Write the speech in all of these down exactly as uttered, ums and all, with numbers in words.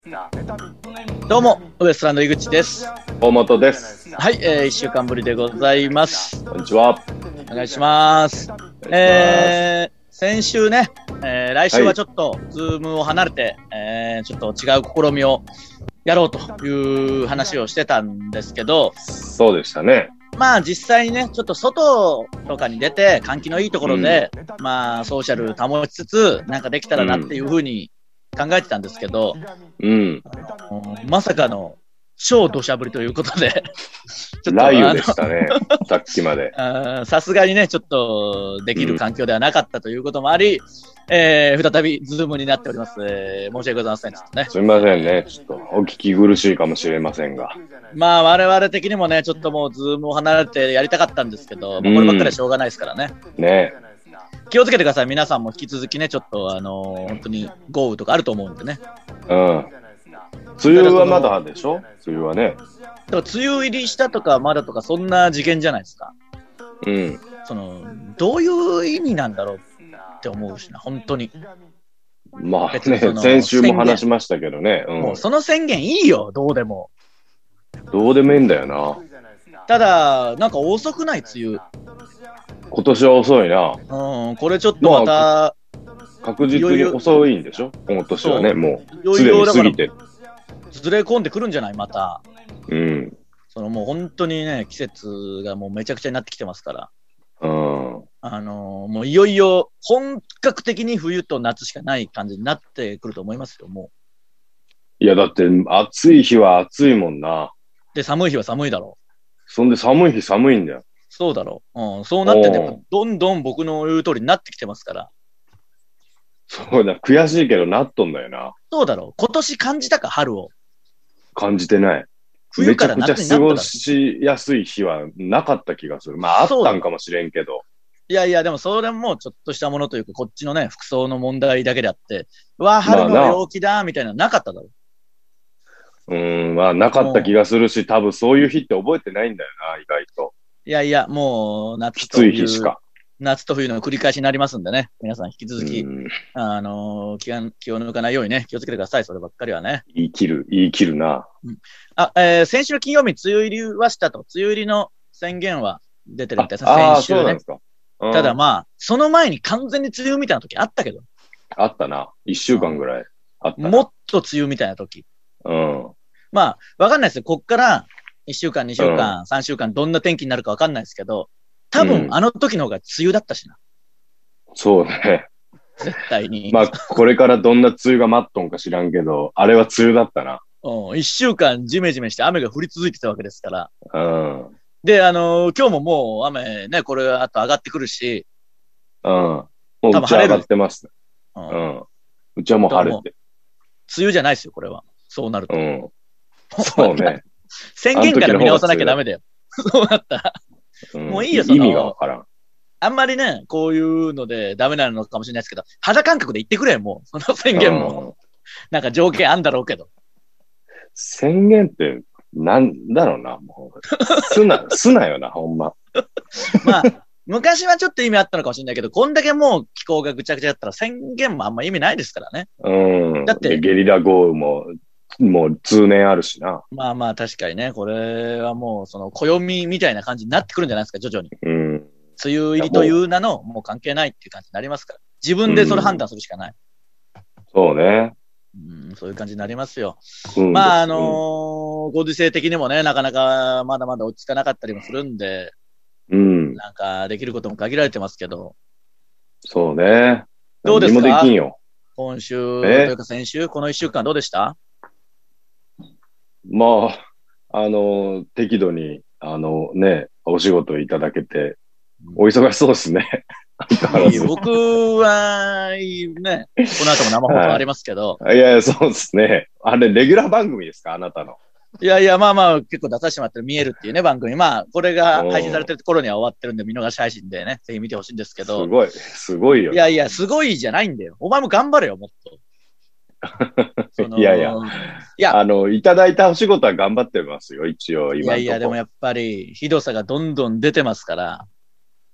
どうも、ウエストランド井口です。 大本です。 はい、えー、一週間ぶりでございます。 こんにちは。 お願いします。えー、先週ね、えー、来週はちょっと、ズームを離れて、はい、えー、ちょっと違う試みをやろうという話をしてたんですけど、 そうでしたね。 まあ実際にね、ちょっと外とかに出て、換気のいいところで、うん、まあソーシャル保ちつつ、なんかできたらなっていうふうに考えてたんですけど、 うん。 まさかの超土砂降りということでちょっと雷雨でしたね。さっきまで。 さすがにね、ちょっとできる環境ではなかったということもあり、うん、えー、再びズームになっております。えー、申し訳ございません。ちょっとね。 すみませんね。ちょっとお聞き苦しいかもしれませんが。 まあ我々的にもね、ちょっともうズームを離れてやりたかったんですけど、うん、まあ、こればっかりはしょうがないですからね。 ね。 気をつけてください。皆さんも引き続きね、ちょっとあのー、本当に豪雨とかあると思うんでね。 うん。梅雨はまだでしょ？梅雨はね。 だから梅雨入りしたとかまだとかそんな事件じゃないですか。 うん。 その、どういう意味なんだろうって思うしな、本当に。 まあね、先週も話しましたけどね。 うん、もうその宣言いいよ、どうでも。 どうでもいいんだよな。 ただ、なんか遅くない、梅雨。 今年は遅いな。 うん、これちょっとまた、まあ、 確実に遅いんでしょ今年はね、もう。すでに過ぎて。 ずれ込んでくるんじゃないまた。 うん。 そのもう本当にね、季節がもうめちゃくちゃになってきてますから。 うん。 あのー、もういよいよ本格的に冬と夏しかない感じになってくると思いますよ、もう。いや、だって暑い日は暑いもんな。 で、寒い日は寒いだろう。 そんで寒い日寒いんだよ。 そうだろう。うん。そうなってて、どんどん僕の言う通りになってきてますから。 そうだ、悔しいけどなっとんだよな。 そうだろう。今年感じたか、春を。 感じてない。冬から夏になっためちゃくちゃ過ごしやすい日はなかった気がする。まあ、あったんかもしれんけど。 いやいや、でもそれもちょっとしたものというか、こっちのね、服装の問題だけであって、うわ、春の陽気だ、みたいなのなかっただろう。うん、まあ、なかった気がするし、多分そういう日って覚えてないんだよな、意外と。 いやいや、もう、夏と冬。きつい日しか。 夏と冬の繰り返しになりますんでね。皆さん引き続き、あのー気が、気を抜かないようにね、気をつけてください。そればっかりはね。 言い切る、言い切るな。 うん、あ、えー、先週の金曜日、梅雨入りはしたと。梅雨入りの宣言は出てるみたいです。先週ね。 そうなんですか。 うん、ただまあ、その前に完全に梅雨みたいな時あったけど。 あったな。一週間ぐらいあったな。 もっと梅雨みたいな時。 うん。 まあ、わかんないですよ。こっから、一週間、二週間、うん、三週間、どんな天気になるかわかんないですけど、多分、あの時の方が梅雨だったしな。 そうね。 絶対に。 まあ、これからどんな梅雨が待っとんか知らんけど、あれは梅雨だったな。 うん。一週間ジメジメして雨が降り続いてたわけですから。 うん。 で、あのー、今日ももう雨ね、これあと上がってくるし。 うん。もううちは上がってます。うん。うん。うちはもう晴れて。 梅雨じゃないですよ、これは。そうなると。 うん。そうね。 宣言から見直さなきゃダメだよ。そうなったら。うん、もういいよ、その。 意味がわからん。 あんまりね、こういうのでダメなのかもしれないですけど、肌感覚で言ってくれよ、もう。その宣言も。なんか条件あんだろうけど。 宣言って、なんだろうな、もう。すな、すなよな、ほんま。 まあ、昔はちょっと意味あったのかもしれないけど、こんだけもう気候がぐちゃぐちゃだったら宣言もあんま意味ないですからね。 うん。 だって。 ゲリラ豪雨も、もう通年あるしな。 まあまあ確かにね、これはもうその暦みたいな感じになってくるんじゃないですか、徐々に。 うん。 梅雨入りという名のもう関係ないっていう感じになりますから。自分でそれ判断するしかない。 うん、そうね。 うん、そういう感じになりますよ。うん、まああのー、ご時世的にもね、なかなかまだまだ落ち着かなかったりもするんで、 うん。 なんかできることも限られてますけど。 そうね。 どうですか？ 何もできんよ。 今週というか先週、この一週間どうでした？ まあ、あの、適度に、あのね、お仕事いただけて、お忙しそうですね。 僕は、ね、この後も生放送ありますけど。 はい、いやいや、そうですね。あれ、レギュラー番組ですかあなたの。 いやいや、まあまあ、結構出させてもらってる見えるっていうね、番組。まあ、これが配信されてる頃には終わってるんで、見逃し配信でね、ぜひ見てほしいんですけど。 すごい、すごいよ。 いやいや、すごいじゃないんだよ。お前も頑張れよ、もっと。 いやいや、いや、あの、いただいたお仕事は頑張ってますよ、一応、今のところ。 いやいや、でもやっぱり、ひどさがどんどん出てますから。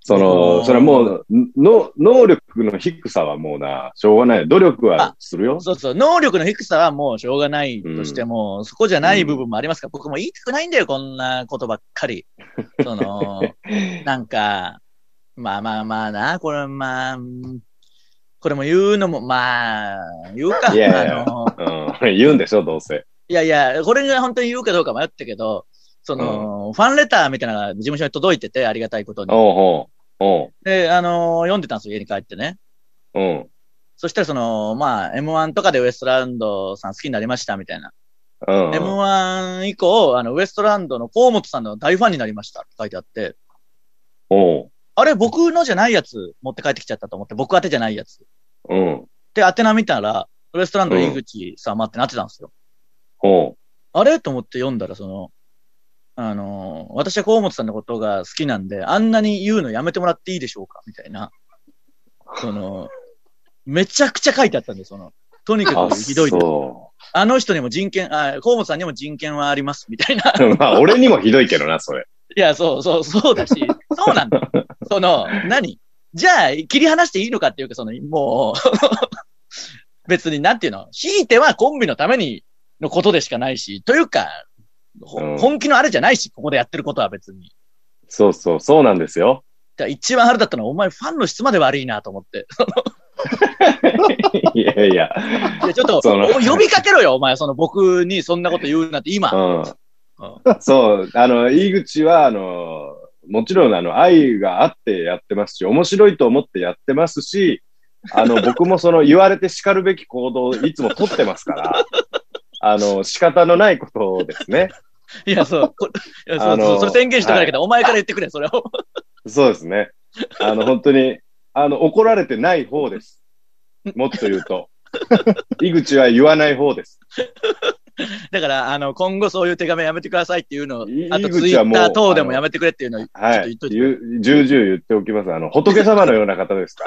その、それはもう、の、能力の低さはもうな、しょうがない。努力はするよ。 そうそう。能力の低さはもうしょうがないとしても、うん、そこじゃない部分もありますから、僕も言いたくないんだよ、こんなことばっかり。その、なんか、まあまあまあな、これまあ、これも言うのも、まあ、言うか。 いやいやあの、うん、言うんでしょ、どうせ。 いやいや、これが本当に言うかどうか迷ったけど、その、うん、ファンレターみたいなのが事務所に届いてて、ありがたいことに。 おうおうで、あのー、読んでたんですよ、家に帰ってね。 うん。 そしたらその、まあ、エムワン とかでウエストランドさん好きになりました、みたいな。 うん、うん。 エムワン 以降、あの、ウエストランドの河本さんの大ファンになりましたって書いてあって。 おう。 あれ、僕のじゃないやつ持って帰ってきちゃったと思って、僕宛てじゃないやつ。 うん。 で、宛名見たら、ウエストランド井口様ってなってたんですよ。 おう。 あれと思って読んだら、その、あのー、私は河本さんのことが好きなんで、あんなに言うのやめてもらっていいでしょうかみたいな。その、めちゃくちゃ書いてあったんで、その、とにかくひどいと。あ, あの人にも人権、あ、河本さんにも人権はあります、みたいな。 まあ、俺にもひどいけどな、それ。 いや、そうそう、そうだし、そうなんだ。その、何じゃあ、切り離していいのかっていうか、その、もう、別になんていうの、ひいてはコンビのためにのことでしかないし、というか、うん、本気のあれじゃないし、ここでやってることは別に。 そうそう、そうなんですよ。 一番腹だったのは、お前ファンの質まで悪いなと思って。 いやいや。いやちょっと、呼びかけろよ、お前、その僕にそんなこと言うなんて今。 うんうん、そう、あの、井口は、あの、もちろん、あの、愛があってやってますし、面白いと思ってやってますし、あの、僕もその言われて叱るべき行動をいつも取ってますから、あの、仕方のないことですね。 いや、そう。いやそうそうそれ宣言してからけど、はい、お前から言ってくれ、それを。 そうですね。あの、本当に、あの、怒られてない方です。もっと言うと。井口は言わない方です。 だから、あの、今後そういう手紙やめてくださいっていうのを、あとツイッター等でもやめてくれっていうのを、ちょっと言っといて。 はい。重々言っておきます。あの、仏様のような方ですから。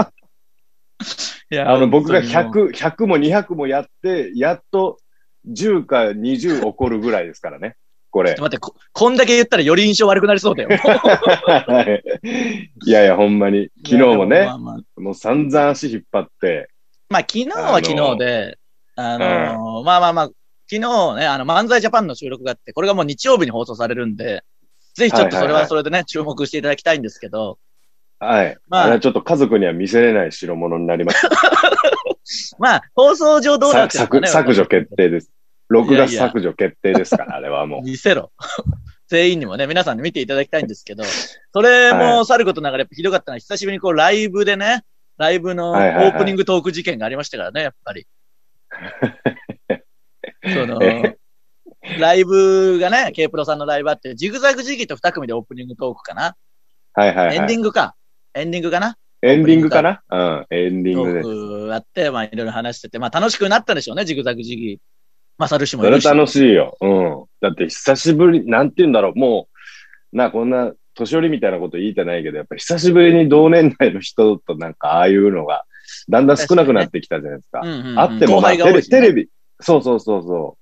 いやあの、僕がひゃく、ひゃくもにひゃくもやって、やっとじゅうかにじゅう起こるぐらいですからね。これ。 ちょっと待ってこ、こんだけ言ったらより印象悪くなりそうだよ。 いやいや、ほんまに。昨日もね、まあまあ、もう散々足引っ張って。 まあ、昨日は昨日で、あのーうん、まあまあまあ、昨日ね、あの、漫才ジャパンの収録があって、これがもう日曜日に放送されるんで、ぜひちょっとそれはそれでね、はいはいはい、注目していただきたいんですけど。 はい。まあ、あれはちょっと家族には見せれない代物になりました。 まあ、放送上どうなってるかね。 削除決定です。録画削除決定ですから、いやいやあれはもう。 見せろ。全員にもね、皆さんに見ていただきたいんですけど、それもさることながらやっぱひどかったのは、久しぶりにこうライブでね、ライブのオープニングトーク事件がありましたからね、やっぱり。その、ライブがね、K プロさんのライブあって、ジグザグジギーと二組でオープニングトークかな。 はいはいはい。 エンディングか。エンディングかな。 エンディングかなうん、エンディングです。 トークあって、まあいろいろ話してて、まあ楽しくなったんでしょうね、ジグザグジギー。マサル氏もいるし。 それ楽しいよ。うん。だって久しぶり、なんて言うんだろう、もう、な、こんな、年寄りみたいなこと言いたないけど、やっぱ久しぶりに同年代の人となんかああいうのが、だんだん少なくなってきたじゃないですか。かねうんうんうん、あっても、まあテレ、ね、テレビ、そうそうそうそう。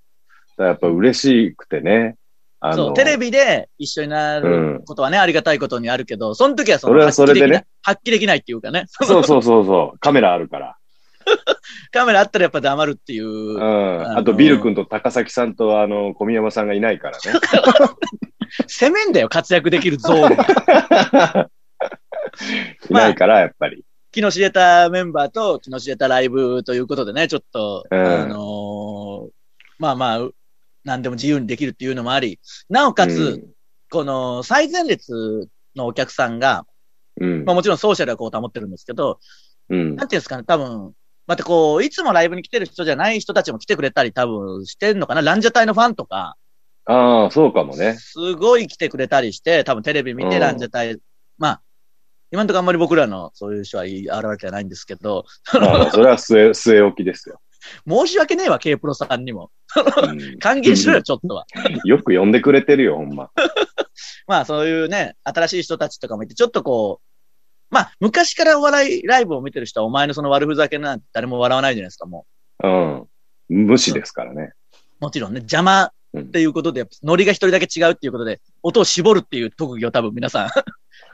だやっぱ嬉しくてね。 あのそう、テレビで一緒になることはね、うん、ありがたいことにあるけど、その時はその、 それはそれでね。 発揮できないっていうかね。 そうそうそうそう。カメラあるから。 カメラあったらやっぱ黙るっていう。うん。あ, あと、ビル君と高崎さんと、あの、小宮山さんがいないからね。 攻めんだよ、活躍できるゾーンが。 いないから、やっぱり。 昨日知れたメンバーと昨日知れたライブということでね、ちょっと、うん、あのー、まあまあ、何でも自由にできるっていうのもあり、なおかつ、うん、この最前列のお客さんが、うん、まあもちろんソーシャルはこう保ってるんですけど、うん、なんていうんですかね、多分、またこう、いつもライブに来てる人じゃない人たちも来てくれたり多分してんのかな、ランジャタイのファンとか。 ああ、そうかもね。 すごい来てくれたりして、多分テレビ見てランジャタイ、うん、まあ、今のところあんまり僕らのそういう人は現れてはないんですけど。 まあ、それは据え、据え置きですよ。 申し訳ねえわ、K プロさんにも。歓迎しろよ、ちょっとは。 よく呼んでくれてるよ、ほんま。 まあ、そういうね、新しい人たちとかもいて、ちょっとこう、まあ、昔からお笑いライブを見てる人は、お前のその悪ふざけなんて誰も笑わないじゃないですか、もう。うん。無視ですからね。 もちろんね、邪魔っていうことで、ノリが一人だけ違うっていうことで、音を絞るっていう特技を多分皆さん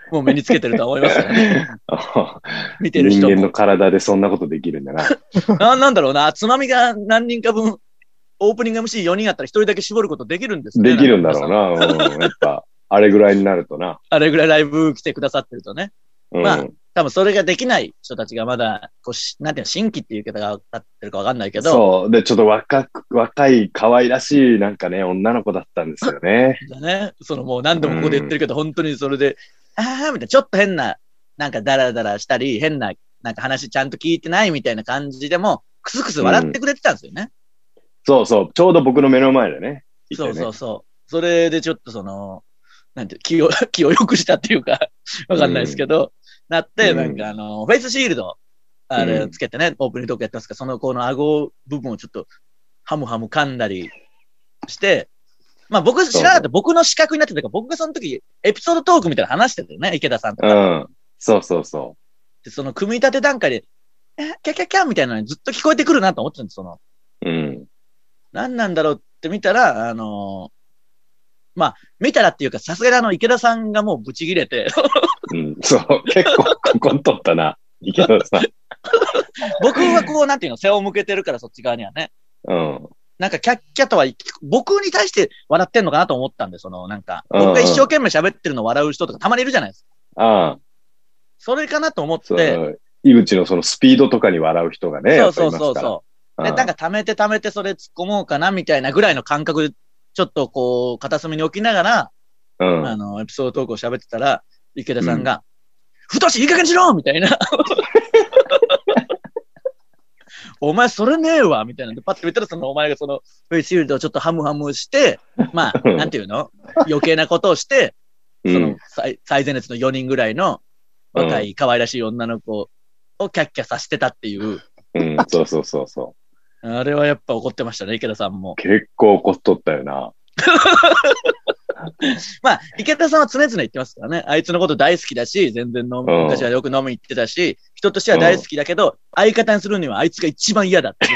もう身につけてると思いますよね。見てる人も。 人間の体でそんなことできるんだな。 な、なんだろうな、つまみが何人か分、オープニング エムシーよにんあったらひとりだけ絞ることできるんですね。 できるんだろうな。うん、やっぱ、あれぐらいになるとな。 あれぐらいライブ来てくださってるとね。 うん、 まあ、多分それができない人たちがまだ、こうしなんていうの、新規っていう言い方が分かってるか分かんないけど。 そう。で、ちょっと若く、若い、可愛らしい、なんかね、女の子だったんですよね。 だね。そのもう何度もここで言ってるけど、うん、本当にそれで、あーみたいな、ちょっと変な、なんかダラダラしたり、変な、なんか話ちゃんと聞いてないみたいな感じでも、クスクス笑ってくれてたんですよね。うん、 そうそう。ちょうど僕の目の前でね。ねそうそうそう。それでちょっとその、なんていう、気を、気を良くしたっていうか、わかんないですけど、うん、なって、なんかあの、フェイスシールド、あれつけてね、うん、オープニングトークやったんですけど、その子の顎部分をちょっと、ハムハム噛んだりして、まあ僕知らなかった、僕の視覚になってたから、僕がその時、エピソードトークみたいな話してたよね、池田さんとか。 うん。そうそうそう。 で、その組み立て段階で、え、キャキャキャみたいなのにずっと聞こえてくるなと思ってたんです、その。 うん。 何なんだろうって見たら、あのー、まあ、見たらっていうか、さすがにあの、池田さんがもうブチ切れて。 うん、そう、結構、ここんとったな、池田さん。 僕はこう、なんていうの、背を向けてるから、そっち側にはね。 うん。 なんか、キャッキャとは、僕に対して笑ってんのかなと思ったんで、その、なんか、僕が一生懸命喋ってるのを笑う人とかたまにいるじゃないですか。ああ。 それかなと思って。 井口のそのスピードとかに笑う人がね。 そうそうそうそう。で、なんか溜めて溜めてそれ突っ込もうかなみたいなぐらいの感覚で、ちょっとこう、片隅に置きながら、うん、あの、エピソードトークを喋ってたら、池田さんが、うん、ふとしいい加減にしろみたいな。お前それねえわみたいなんで、パッと言ったらそのお前がその、フェイスシールドをちょっとハムハムして、まあ、なんていうの余計なことをして、その、最前列のよにんぐらいの若い可愛らしい女の子をキャッキャさせてたっていう。 うん、そうそうそうそう。 あれはやっぱ怒ってましたね、池田さんも。 結構怒っとったよな。 まあ、池田さんは常々言ってますからね。あいつのこと大好きだし、全然飲む、昔はよく飲み行ってたし、人としては大好きだけど、相方にするにはあいつが一番嫌だって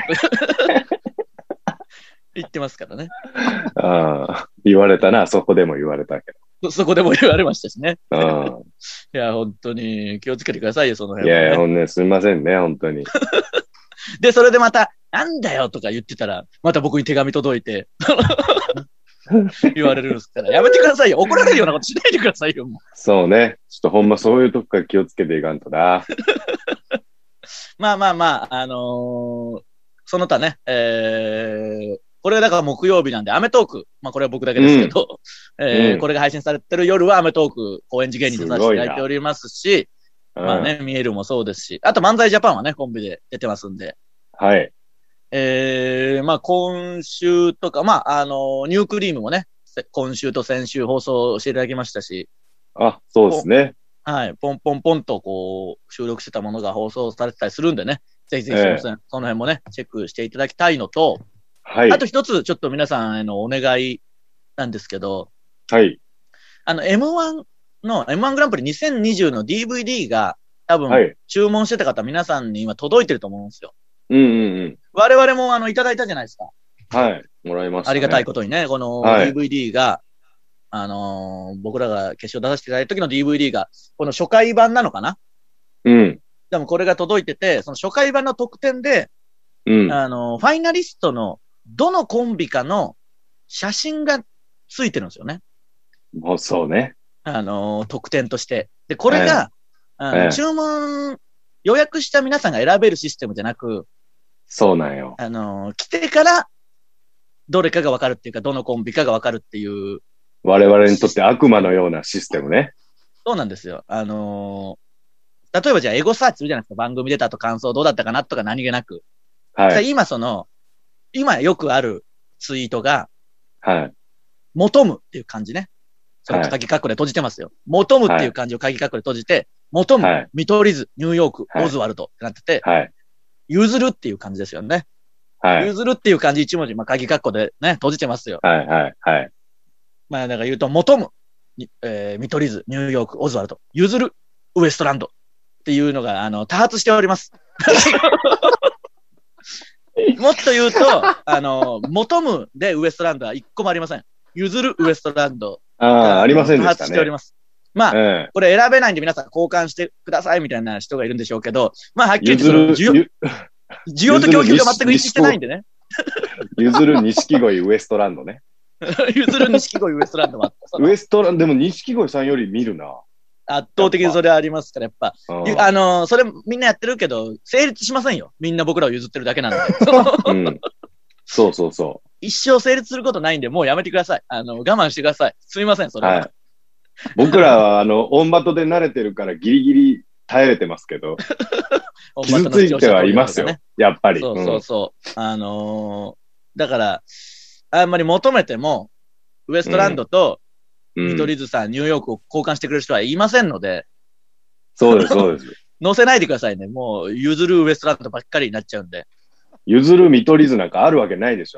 言ってますからね。 ああ、言われたな、そこでも言われたけど。そこでも言われましたしね。いや、本当に気をつけてくださいよ、その辺、 ね。いやいや、ほんね、すみませんね、本当に。 で、それでまた、なんだよとか言ってたら、また僕に手紙届いて、言われるんですから、やめてくださいよ。怒られるようなことしないでくださいよ、もう。 そうね。ちょっとほんまそういうとこから気をつけていかんとな。 まあまあまあ、あのー、その他ね、えー、これがだから木曜日なんで、アメトーク。まあこれは僕だけですけど、うん、えーうん、これが配信されてる夜はアメトーク、高円寺芸人出させていただいておりますし、まあね、見えるもそうですし、あと漫才ジャパンはね、コンビで出てますんで。 はい。 えー、まあ今週とか、まああの、ニュークリームもね、今週と先週放送していただきましたし。 あ、そうですね。 はい。ポンポンポンとこう、収録してたものが放送されてたりするんでね。ぜひぜひその、えー、その辺もね、チェックしていただきたいのと、 はい。 あと一つ、ちょっと皆さんへのお願いなんですけど、 はい。 あの、エムワン の、エムワン グランプリにせんにじゅうの ディーブイディー が多分、はい、注文してた方皆さんに今届いてると思うんですよ。 うんうんうん。 我々もあの、いただいたじゃないですか。 はい。もらいました、ね。 ありがたいことにね、この ディーブイディー が、はい、あのー、僕らが決勝出させていただいた時の ディーブイディー が、この初回版なのかな？ うん。 でもこれが届いてて、その初回版の特典で、 うん。 あのー、ファイナリストのどのコンビかの写真がついてるんですよね。 もうそうね。 あのー、特典として。で、これが、えー、あの、えー、注文、予約した皆さんが選べるシステムじゃなく、 そうなんよ。 あのー、来てから、どれかがわかるっていうか、どのコンビかがわかるっていう。 我々にとって悪魔のようなシステムね。 そうなんですよ。あのー、例えばじゃあエゴサーチするじゃないですか。番組出た後感想どうだったかなとか何気なく。はい。今その、今よくあるツイートが、 はい。 求むっていう感じね。それ鍵括弧で閉じてますよ。求むっていう漢字を鍵括弧で閉じて、求む、はい、見取り図、ニューヨーク、はい、オズワルドってなってて、はい。譲るっていう感じですよね。はい。譲るっていう漢字一文字、まあ、鍵括弧でね、閉じてますよ。 はいはいはい。 まあ、だから言うと、求む、えー、見取り図、ニューヨーク、オズワルド、譲る、ウエストランドっていうのが、あの、多発しております。もっと言うと、あの、求むでウエストランドは一個もありません。譲るウエストランド。 ああ、ありませんでしたね。 多発しております。 まあ、 ええ、 これ選べないんで皆さん交換してくださいみたいな人がいるんでしょうけど、まあ、はっきり言ってその需要、需要と供給が全く一致してないんでね。 譲る錦鯉ウエストランドね。 譲る錦鯉ウエストランドもあった。 ウエストランド、でも錦鯉さんより見るな。 圧倒的にそれありますから、やっぱ。あのー、それみんなやってるけど、成立しませんよ。みんな僕らを譲ってるだけなんで。 うん、そうそうそう。 一生成立することないんで、もうやめてください。あの、我慢してください。すみません、それは。はい、 僕らは、あの、オンバトで慣れてるからギリギリ耐えれてますけど、傷ついてはいますよ。やっぱり。 そうそうそう。うん、あのー、だから、あんまり求めても、ウエストランドと、見取り図さん、ニューヨークを交換してくれる人はいませんので。 そうです、そうです。 載せないでくださいね。もう、譲るウエストランドばっかりになっちゃうんで。 譲る見取り図なんかあるわけないでしょ。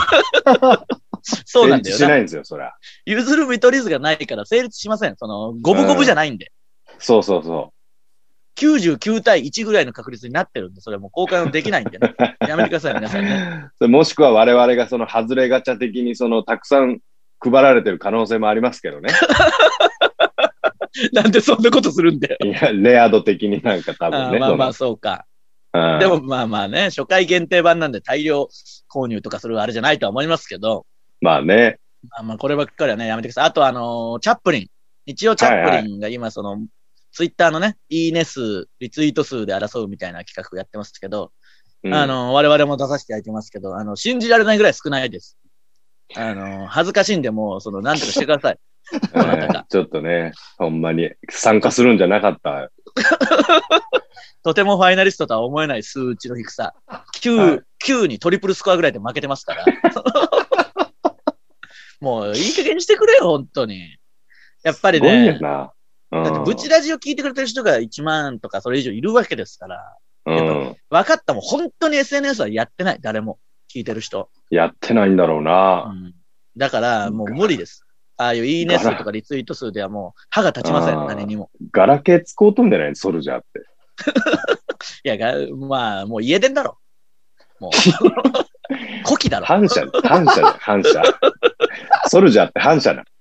そうなんだよな。成立しないんですよ、そりゃ。 譲る見取り図がないから成立しません。その、五分五分じゃないんで。 うん、そうそうそう。 きゅうじゅうきゅうたいいちぐらいの確率になってるんで、それはもう交換できないんでね。やめてください、皆さんね。 もしくは我々がその外れガチャ的にそのたくさん配られてる可能性もありますけどね。 なんでそんなことするんだよ。 いや、レア度的になんか多分ね。 あまあまあそうか。でもまあまあね、初回限定版なんで大量購入とかするあれじゃないとは思いますけど。 まあね。 まあまあこればっかりはね、やめてください。あとあのー、チャップリン。一応チャップリンが今その、はいはい、ツイッターのね、いいね数、リツイート数で争うみたいな企画をやってますけど、うん、あのー、我々も出させていただいてますけど、あの、信じられないぐらい少ないです。あのー、恥ずかしいんでもう、その、なんとかしてください。 えー、ちょっとね、ほんまに参加するんじゃなかった。 とてもファイナリストとは思えない数値の低さ。きゅう、はい、きゅうにトリプルスコアぐらいで負けてますから。もういい加減にしてくれよ、本当に。やっぱりね。 なうん、だってブチラジを聞いてくれてる人がいちまんとかそれ以上いるわけですから。 うん、 やっぱ分かったもん。本当に エスエヌエス はやってない。誰も。聞いてる人。 やってないんだろうな。 うん、だから、もう無理です。ああいういいね数とかリツイート数ではもう歯が立ちません。何にも。 ガラケー使うとんでないソルジャーって。 いや、が、まあ、もう家電だろ。もう。古希だろ。 反射、反射だ、反射。ソルジャーって反射だ。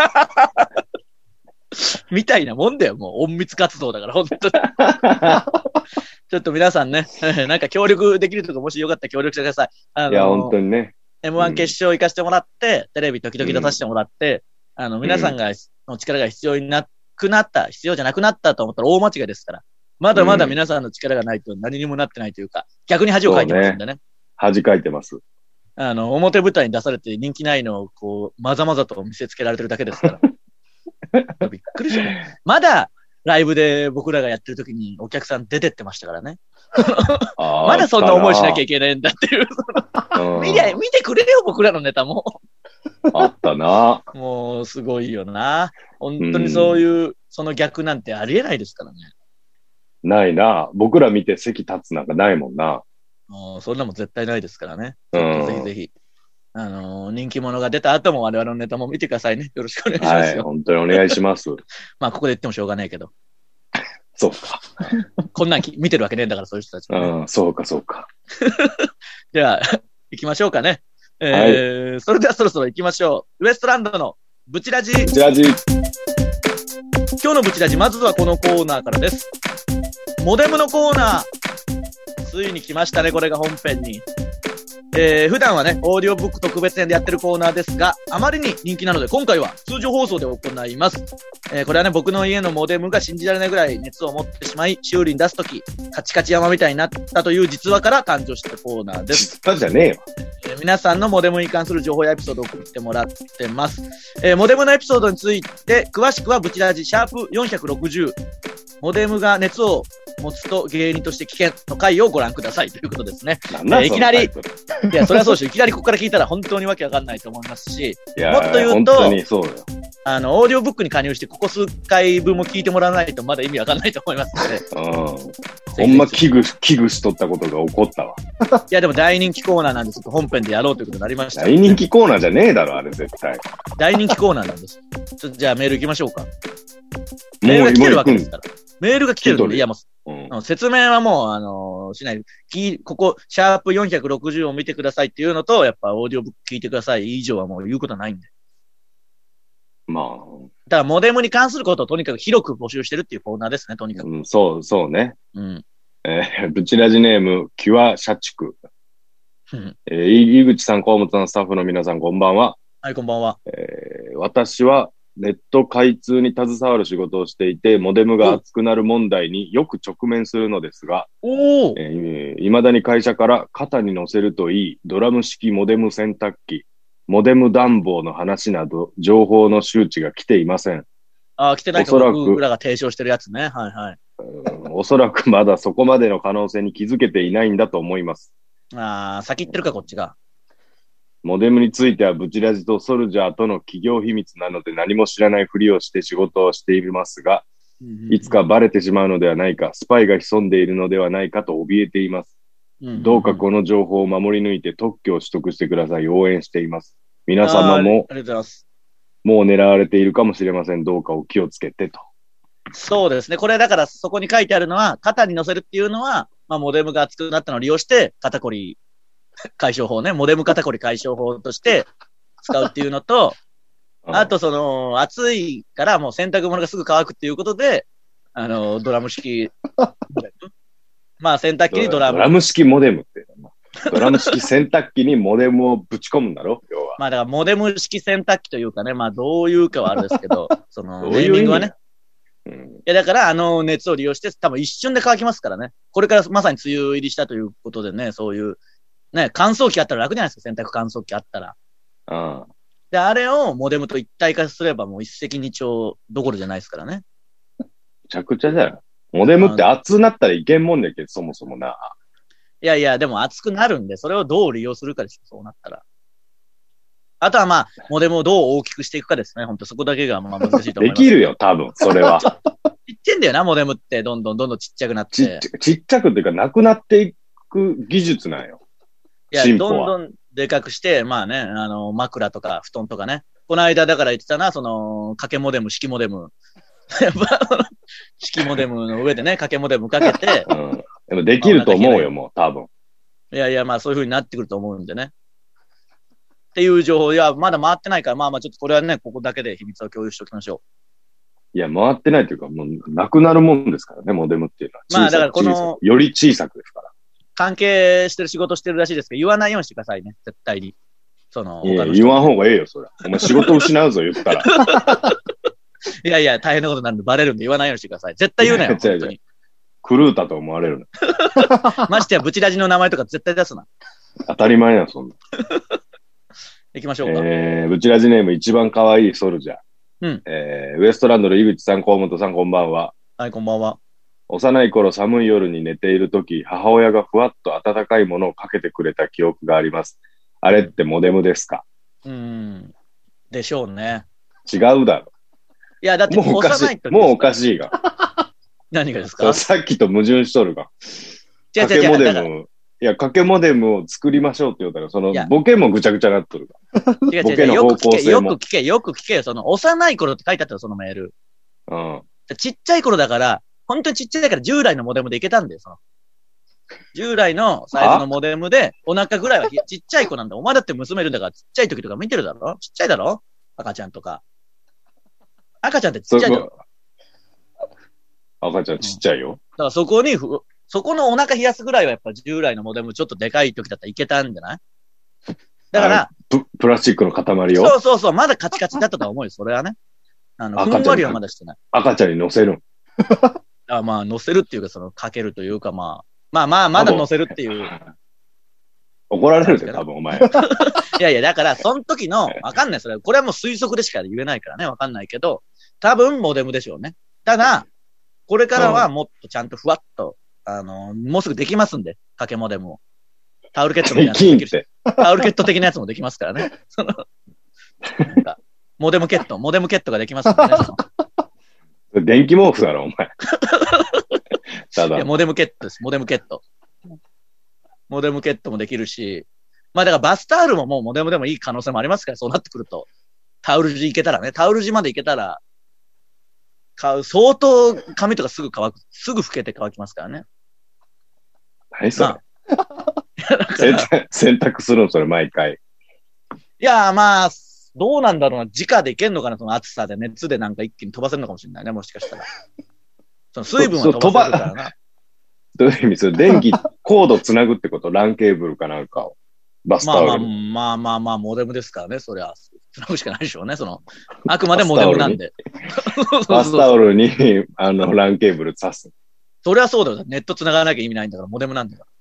みたいなもんだよ、もう。隠密活動だから、本当に。ちょっと皆さんね、なんか協力できるとか、もしよかったら協力してください。あのー、 いや、本当にね。 エムワン 決勝行かせてもらって、うん、テレビ時々出させてもらって、うん、あの、皆さんが、の力が必要になくなった、必要じゃなくなったと思ったら大間違いですから。まだまだ皆さんの力がないと何にもなってないというか、逆に恥をかいてますんでね。ね恥かいてます。 あの、表舞台に出されて人気ないのを、こう、まざまざと見せつけられてるだけですから。びっくりしたね。まだ、ライブで僕らがやってる時にお客さん出てってましたからね。まだそんな思いしなきゃいけないんだっていう。見て、見てくれよ、僕らのネタも。 あったな。 もう、すごいよな。本当にそういう、うん、その逆なんてありえないですからね。 ないな。僕ら見て席立つなんかないもんな。 もうそんなもん絶対ないですからね。うん、ぜひぜひ。あのー、人気者が出た後も我々のネタも見てくださいね。よろしくお願いしますよ。 はい、本当にお願いします。 まあ、ここで言ってもしょうがないけど。 そうか。 こんなん見てるわけねえんだから、そういう人たちも、ね。 うん、そうか、そうか。 では、行きましょうかね。えーはい、それではそろそろ行きましょう。ウエストランドのブチラジ。 ブチラジ。 今日のブチラジ、まずはこのコーナーからです。モデムのコーナー。ついに来ましたね、これが本編に。えー、普段はね、オーディオブック特別編でやってるコーナーですが、あまりに人気なので、今回は通常放送で行います。えー、これはね、僕の家のモデムが信じられないぐらい熱を持ってしまい、修理に出すとき、カチカチ山みたいになったという実話から誕生したコーナーです。 実話じゃねえよ。 えー、皆さんのモデムに関する情報やエピソードを送ってもらってます。えー、モデムのエピソードについて、詳しくはブチラジシャープよんひゃくろくじゅう。モデムが熱を持つと芸人として危険の回をご覧くださいということですね。えー、いきなり、いや、それはそうでしょ。いきなりここから聞いたら本当にわけわかんないと思いますし、もっと言うと、 本当にそうよ。 あの、オーディオブックに加入してここ数回分も聞いてもらわないとまだ意味わかんないと思いますので。 うん。ほんま危惧、危惧しとったことが起こったわ。 いや、でも大人気コーナーなんで、ちょっと本編でやろうということになりました。 大人気コーナーじゃねえだろ、あれ絶対。 大人気コーナーなんです。ちょっとじゃあメール行きましょうか。メールが来てるわけですから。メールが来てるんで、いやもう、うん、説明はもう、あのー、しない。ここ、シャープよんひゃくろくじゅうを見てくださいっていうのと、やっぱオーディオブック聞いてください以上はもう言うことはないんで。 まあ。 だからモデムに関することをとにかく広く募集してるっていうコーナーですね、とにかく。 うん、そう、そうね。 うん。 えー、ブチラジネーム、キュア社畜。 うん、 えー、井口さん、河本さん、スタッフの皆さん、こんばんは。 はい、こんばんは。 えー、私は、ネット開通に携わる仕事をしていて、モデムが熱くなる問題によく直面するのですが、 おお、 えー、未だに会社から肩に乗せるといいドラム式モデム洗濯機、モデム暖房の話など、情報の周知が来ていません。 ああ、来てないかおそらく僕らが提唱してるやつね。はいはい。 おそらくまだそこまでの可能性に気づけていないんだと思います。 ああ、先行ってるか、こっちが。 モデムについてはブチラジとソルジャーとの企業秘密なので何も知らないふりをして仕事をしていますが、いつかバレてしまうのではないか、スパイが潜んでいるのではないかと怯えています。どうかこの情報を守り抜いて特許を取得してください。応援しています。皆様も、 ありがとうございます。 もう狙われているかもしれません。どうかお気をつけてと。 そうですね。これだからそこに書いてあるのは、肩に乗せるっていうのは、まあ、モデムが熱くなったのを利用して、肩こり解消法ね、モデム肩こり解消法として使うっていうのと、あとその、暑いからもう洗濯物がすぐ乾くっていうことで、あの、ドラム式モデム。まあ洗濯機にドラム。 ドラム式モデムって。ドラム式洗濯機にモデムをぶち込むんだろ要は。 まあだからモデム式洗濯機というかね、まあどういうかはあれですけど、その、ネーミングはね。うん、いやだからあの熱を利用して多分一瞬で乾きますからね。これからまさに梅雨入りしたということでね、そういう、ね、乾燥機あったら楽じゃないですか、洗濯乾燥機あったら。 ああで、あれをモデムと一体化すればもう一石二鳥どころじゃないですからね。 めちゃくちゃじゃん。モデムって熱なったらいけんもんだけど、そもそもな。 いやいや、でも熱くなるんで、それをどう利用するかですよ、そうなったら。あとはまあ、モデムをどう大きくしていくかですね。本当そこだけがまあ難しいと思います。 できるよ、多分、それは。 ちっちゃいんだよな、モデムって。どんどんどんどんちっちゃくなって。 ちっちゃちっちゃくっていうか、なくなっていく技術なんよ。 いや、どんどんでかくして、まあね、あの、枕とか布団とかね。この間だから言ってたな、その、掛けモデム、式モデム。式モデムの上でね、掛けモデムかけて。 うん。でもできると思うよ、もう、多分。 いやいや、まあそういう風になってくると思うんでね。っていう情報、いや、まだ回ってないから、まあまあちょっとこれはね、ここだけで秘密を共有しておきましょう。いや、回ってないというか、もう、なくなるもんですからね、モデムっていうのは。 まあだからこの、 より小さくですから。 関係してる仕事してるらしいですけど、言わないようにしてくださいね、絶対に。その、 いや、言わん方がええよ、それ。お前仕事失うぞ、言ったら。 いやいや、大変なことになるんで、バレるんで言わないようにしてください。絶対言うなよ、本当に。 狂うたと思われるの。ましてや、ブチラジの名前とか絶対出すな。 当たり前や、そんな。 行きましょうか。 えー、ブチラジネーム一番可愛いソルジャー。 うん。 えー、ウエストランドの井口さん、河本さん、こんばんは。 はい、こんばんは。 幼い頃寒い夜に寝ているとき、母親がふわっと温かいものをかけてくれた記憶があります。あれってモデムですか？ うーん。でしょうね。 違うだろ。 いや、だってもうおかしい。もうおかしいが。 何がですか？ さっきと矛盾しとるが。 違う違う違う。 かけモデム。いや、掛けモデムを作りましょうって言うたら、その、ボケもぐちゃぐちゃなっとるから。違う違う違う。よく聞け、よく聞け、よく聞けよ。その、幼い頃って書いてあったよ、そのメール。 うん。 ちっちゃい頃だから、本当にちっちゃいから従来のモデムでいけたんだよ、その。従来のサイズのモデムで、お腹ぐらいはちっちゃい子なんだ。お前だって娘いるんだから、ちっちゃい時とか見てるだろ？ちっちゃいだろ？赤ちゃんとか。赤ちゃんってちっちゃいだろ？ 赤ちゃんちっちゃいよ。 だからそこにふ、そこのお腹冷やすぐらいはやっぱ従来のモデムちょっとでかい時だったらいけたんじゃない？だから、 プ、プラスチックの塊を。 そうそうそう、まだカチカチだったと思うよ、それはね。あの、ふんわりはまだしてない。 赤ちゃんに乗せるん。 あまあ、乗せるっていうか、その、かけるというか、まあ、まあまあ、まだ乗せるっていう。 怒られるで、多分お前。 いやいや、だから、その時の、わかんない、それ。これはもう推測でしか言えないからね、わかんないけど、多分モデムでしょうね。ただ、これからはもっとちゃんとふわっと、あの、もうすぐできますんで、掛けモデムを。タオルケットみたいなやつもできるし。タオルケット的なやつもできますからね。その、なんか、モデムケット、モデムケットができますんでね。 電気毛布だろ、お前。ただ。 いや、モデムケットです。モデムケット。モデムケットもできるし、まあだからバスタオルももうモデムでもいい可能性もありますから、そうなってくると。タオル地いけたらね、タオル地までいけたら、買う、相当髪とかすぐ乾く、すぐ拭けて乾きますからね。 何それ、まあ、洗濯、洗濯するのそれ毎回。 いや、まあ、 どうなんだろうな、直でいけんのかな、その暑さで、熱でなんか一気に飛ばせるのかもしれないね、もしかしたら。その水分は飛ばせるからな。 どういう意味それ電気、コードつなぐってことランケーブルかなんかを。バスタオルに。 まあまあまあまあまあ、モデムですからね、そりゃ。つなぐしかないでしょうね、その。あくまでモデムなんで。 バスタオルに、あの、ランケーブル挿す。 そりゃそうだよ。ネット繋がなきゃ意味ないんだから、モデムなんだから。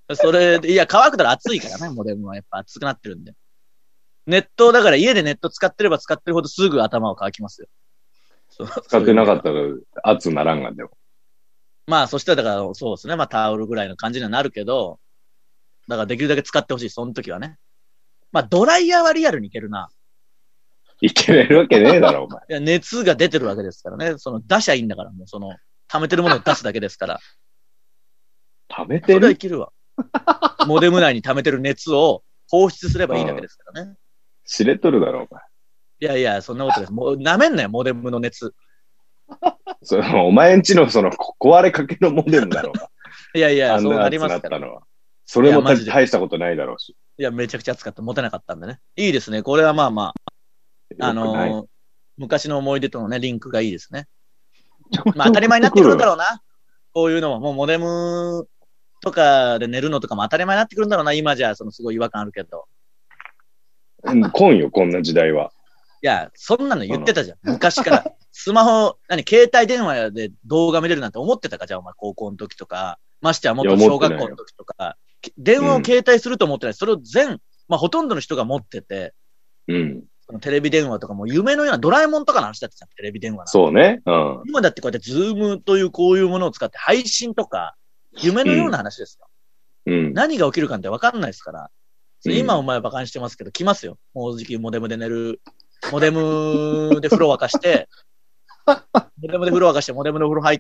それで、いや、乾くたら暑いからね、モデムは。やっぱ暑くなってるんで。ネット、だから家でネット使ってれば使ってるほどすぐ頭を乾きますよ。 使ってなかったら熱ならんがでも。 まあ、そしたらだから、そうですね。まあ、タオルぐらいの感じにはなるけど、だからできるだけ使ってほしい、その時はね。まあ、ドライヤーはリアルにいけるな。 いけれるわけねえだろ、お前。 いや、熱が出てるわけですからね。その、出しゃいいんだから、もうその、溜めてるものを出すだけですから。 溜めてるそれはいけるわ。モデム内に溜めてる熱を放出すればいいだけですからね。 知れとるだろ、お前。 いやいや、そんなことです。もう、舐めんなよ、モデムの熱。 そのお前んちのその壊れかけのモデムだろうが。 いやいや、そうなりますから。 のはそれも大したことないだろうし。 いや、めちゃくちゃ暑かった。持てなかったんでね。いいですね。これはまあまあ、あのー、昔の思い出とのね、リンクがいいですね。まあ当たり前になってくるんだろうな。こういうのも、もうモデムとかで寝るのとかも当たり前になってくるんだろうな。今じゃ、そのすごい違和感あるけど。 来んよ、こんな時代は。 いや、そんなの言ってたじゃん。昔から。スマホ、何、携帯電話で動画見れるなんて思ってたかじゃあ、お前、高校の時とか。ましては、もっと小学校の時とか。電話を携帯すると思ってない。それを全、まあ、ほとんどの人が持ってて。 うん。 そのテレビ電話とかも夢のようなドラえもんとかの話だったじゃん、テレビ電話の。 そうね。うん。 今だってこうやってズームというこういうものを使って配信とか、夢のような話ですよ。 うん。 何が起きるかって分かんないですから。うん、今お前は馬鹿にしてますけど、来ますよ。もうじきモデムで寝る。モデムで風呂沸かして、モデムで風呂沸かして、モデムの風呂入って、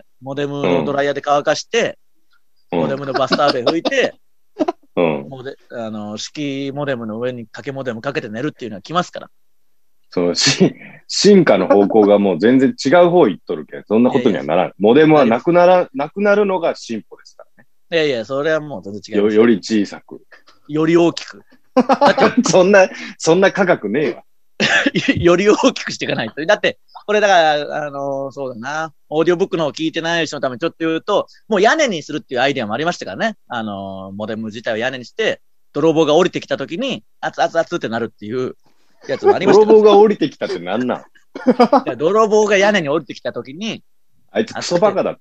モデムのドライヤーで乾かして、うん、モデムのバスターベ拭いて、うん、モデあの、式モデムの上に掛けモデムかけて寝るっていうのは来ますから。 そのし、進化の方向がもう全然違う方行っとるけん、そんなことにはならん。いやいやモデムはなくなら、なくなるのが進歩ですからね。 いやいや、それはもう全然違う。 よ、より小さく。 より大きく。 そんな、そんな価格ねえわ。 より大きくしていかないと。だって、これだから、あのー、そうだな。オーディオブックのを聞いてない人のためにちょっと言うと、もう屋根にするっていうアイデアもありましたからね。あのー、モデム自体を屋根にして、泥棒が降りてきた時に、熱々熱ってなるっていうやつもありましたから。 泥棒が降りてきたってなんなんいや泥棒が屋根に降りてきた時に、 あいつクソバカだった。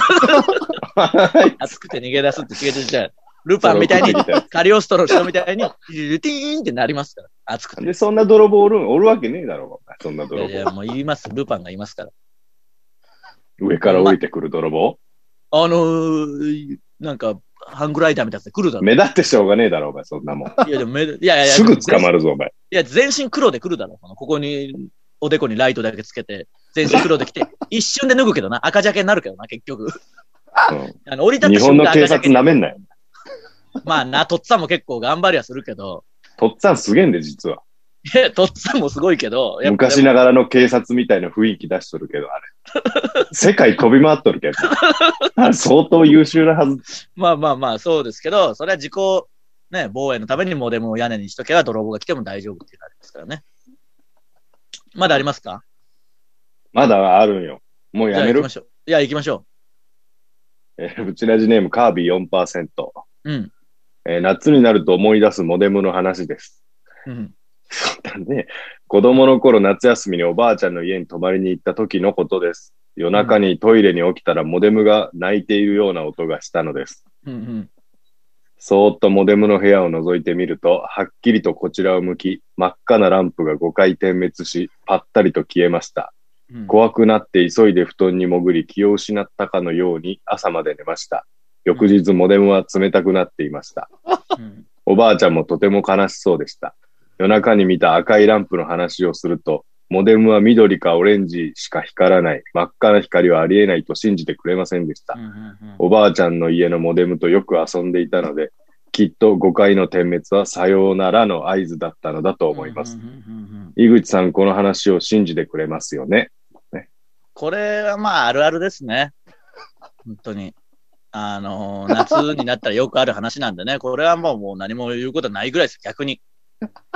熱くて逃げ出すって違う違う。ルパンみたいに、カリオストロの人みたいに、ルティーンってなりますから。熱くて。 で、そんな泥棒おる、おるわけねえだろう。そんな泥棒。 いやいや、もう言います。ルパンがいますから。 上から降りてくる泥棒、 ま、あのー、なんか、ハングライダーみたいなやつ来るだろ。 目立ってしょうがねえだろ、お前、そんなもん。 いや、でも目、いやいやいや。 すぐ捕まるぞ、お前。 いや、全身黒で来るだろ。ここに、おでこにライトだけつけて、全身黒で来て、一瞬で脱ぐけどな。赤ジャケになるけどな、結局。うん、 あの降り立った日本の警察なめんなよ。 まあな、とっつぁんも結構頑張りはするけど。 とっつぁんすげえんで、実は。 いや、とっつぁんもすごいけど。 昔ながらの警察みたいな雰囲気出しとるけど、あれ。世界飛び回っとるけど。相当優秀なはず。 まあまあまあ、そうですけど、それは自己、ね、防衛のためにモデムを屋根にしとけば泥棒が来ても大丈夫っていうのありますからね。まだありますか？ まだあるんよ。もうやめる？ 行きましょう。いや、行きましょう。えー、ブチラジネームカービー よんパーセント。 うん。 えー、夏になると思い出すモデムの話です。 うん。 そうだね。子供の頃夏休みにおばあちゃんの家に泊まりに行った時のことです。夜中にトイレに起きたらモデムが鳴いているような音がしたのです。 うんうん、 そーっとモデムの部屋を覗いてみると、はっきりとこちらを向き、真っ赤なランプがごかい点滅し、ぱったりと消えました。うん、怖くなって急いで布団に潜り気を失ったかのように朝まで寝ました。翌日モデムは冷たくなっていました。うん、おばあちゃんもとても悲しそうでした。夜中に見た赤いランプの話をすると、モデムは緑かオレンジしか光らない、真っ赤な光はありえないと信じてくれませんでした。うんうんうん、おばあちゃんの家のモデムとよく遊んでいたので、きっとごかいの点滅はさようならの合図だったのだと思います。井口さん、この話を信じてくれますよね。ね、 これはまああるあるですね。本当に。あのー、夏になったらよくある話なんでね、これはもう、もう何も言うことないぐらいです、逆に。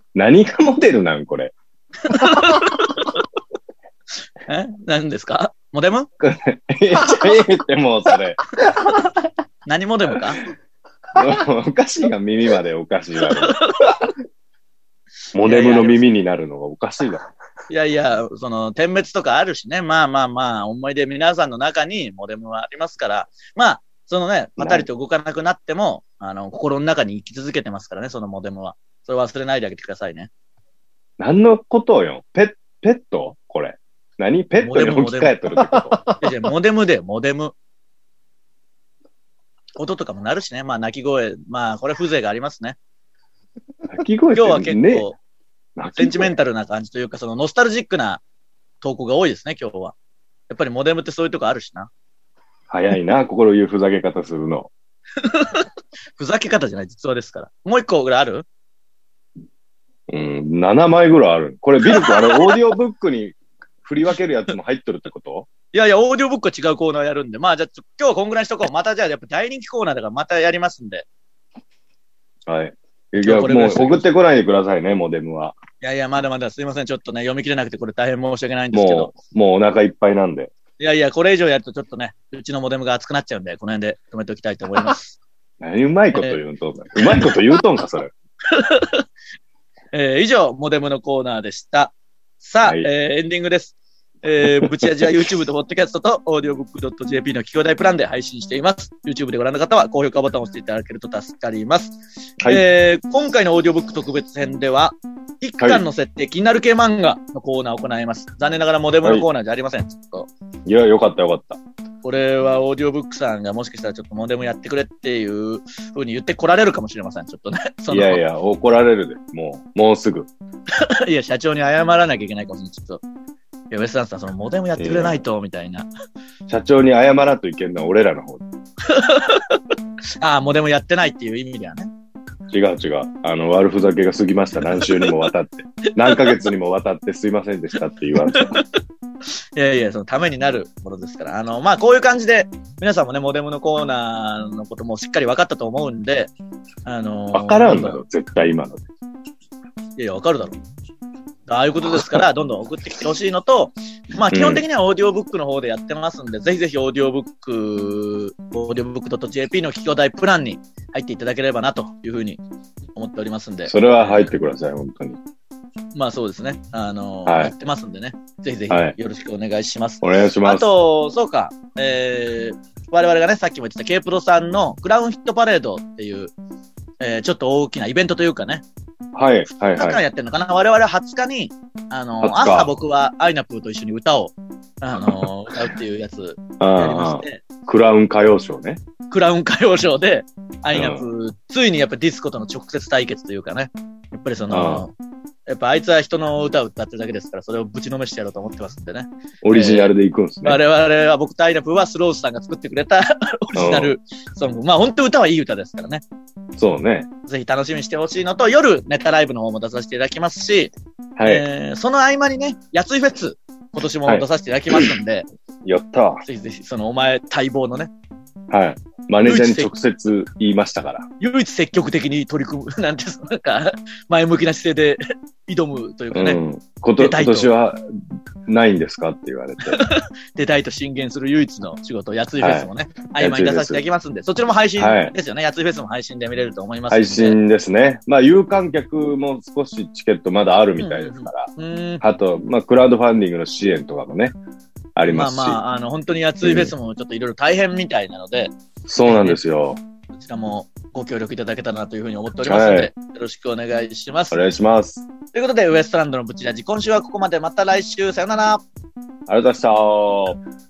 何がモデルなんこれ。 え何ですかモデムえ、ちゃえってもうそれ。 何モデムかおかしいが耳までおかしいわ。モデムの耳になるのがおかしいだ。 いやいや、その、点滅とかあるしね。まあまあまあ、思い出皆さんの中にモデムはありますから、まあ、そのね、パタリと動かなくなっても、あの、心の中に生き続けてますからね、そのモデムは。それ忘れないであげてくださいね。 何のことよペ、ペットこれ。何ペットに置き換えとるってこといやいやモデムで、モデム。音とかも鳴るしね。まあ、鳴き声。まあ、これ風情がありますね。 鳴き声って今日は結ね構、センチメンタルな感じというか、そのノスタルジックな投稿が多いですね、今日は。やっぱりモデムってそういうとこあるしな。 早いな、心言うふざけ方するの。 ふざけ方じゃない、実話ですから。もう一個ぐらいある？ うん、ななまいぐらいある。これビルク、あれ、オーディオブックに振り分けるやつも入ってるってこと？ いやいや、オーディオブックは違うコーナーやるんで。まあ、じゃあ、今日はこんぐらいにしとこう。またじゃあ、やっぱ大人気コーナーだからまたやりますんで。 はい。いや、もう送ってこないでくださいね、モデムは。 いやいや、まだまだすいません。ちょっとね、読み切れなくてこれ大変申し訳ないんですけど。 もう、もうお腹いっぱいなんで。 いやいや、これ以上やるとちょっとね、うちのモデムが熱くなっちゃうんで、この辺で止めておきたいと思います。 何うまいこと言うんとんだ、えー、うまいこと言うとんか、それ。 えー、以上、モデムのコーナーでした。さあ、はい、えー、エンディングです。えー、ブチラジは YouTube と Podcast と オーディオブックドットジェーピー の聞き放題プランで配信しています。YouTube でご覧の方は高評価ボタンを押していただけると助かります。はい、えー、今回のオーディオブック特別編では、一巻の設定、はい、気になる系漫画のコーナーを行います。残念ながらモデムのコーナーじゃありません。はい、ちょっといや、よかったよかった。 これはオーディオブックさんがもしかしたらちょっとモデムやってくれっていう風に言って来られるかもしれません。ちょっとね。 そのいやいや、怒られるで。もう、もうすぐ。 いや、社長に謝らなきゃいけないかもしれない。ちょっと。いや、ウエスタンさん、そのモデムやってくれないと、みたいな。 社長に謝らんといけんのは俺らの方。 ああ、モデムやってないっていう意味ではね。 違う違う。あの、悪ふざけが過ぎました。何週にもわたって。何ヶ月にもわたってすいませんでしたって言われて。 いやいや、そのためになるものですから。あの、まあ、こういう感じで、皆さんもね、モデムのコーナーのこともしっかり分かったと思うんで、あのー、 分からんだろ、絶対今ので。 いやいや、分かるだろう。ああいうことですから、どんどん送ってきてほしいのと、まあ、基本的にはオーディオブックの方でやってますんで、うん、ぜひぜひオーディオブック、オーディオブックドットジェーピー の聞き放題プランに入っていただければなというふうに思っておりますんで。 それは入ってください、本当に。 まあそうですね。あのー、 はい、 やってますんでね。ぜひぜひよろしくお願いします。 はい、お願いします。 あと、そうか、えー、我々がね、さっきも言ってた K プロさんのクラウンヒットパレードっていう、えー、ちょっと大きなイベントというかね。 はい、はい、はい。 何回やってるのかな？我々ははつかに、あのー、朝僕はアイナプーと一緒に歌を、あのー、歌うっていうやつやりまして。 クラウン歌謡ショーね。 クラウン歌謡ショーで、アイナプー、うん、ついにやっぱディスコとの直接対決というかね。やっぱりその、やっぱあいつは人の歌を歌ってるだけですから、それをぶちのめしてやろうと思ってますんでね。 オリジナルでいくんですね。 えー、我々は、僕とアイナプーはスロースさんが作ってくれたオリジナルソング。まあ本当歌はいい歌ですからね。 そうね。 ぜひ楽しみにしてほしいのと、夜ネタライブの方も出させていただきますし、 はい、 えー、その合間にね、やついフェス、今年も出させていただきますんで、はい、 やったぜひぜひ、そのお前待望のね、 はい。マネージャーに直接言いましたから。 唯一積極的に取り組む、なんて、なんか、前向きな姿勢で挑むというかね。うん、 こと今年はないんですかって言われて。 出たいと進言する唯一の仕事、やついフェスもね、はい、合間に出させていただきますんで、そちらも配信ですよね。はい、やついフェスも配信で見れると思いますので。 配信ですね。まあ、有観客も少しチケットまだあるみたいですから。うんうんうん、あと、まあ、クラウドファンディングの支援とかもね。ありますし。 まあまあ、あの、本当にやついフェスもちょっといろいろ大変みたいなので、 うん、そうなんですよ。 こちらもご協力いただけたらなというふうに思っておりますので、はい、よろしくお願いします。 お願いします。 ということで、ウエストランドのブチラジ、今週はここまで。また来週、さよなら。 ありがとうございました。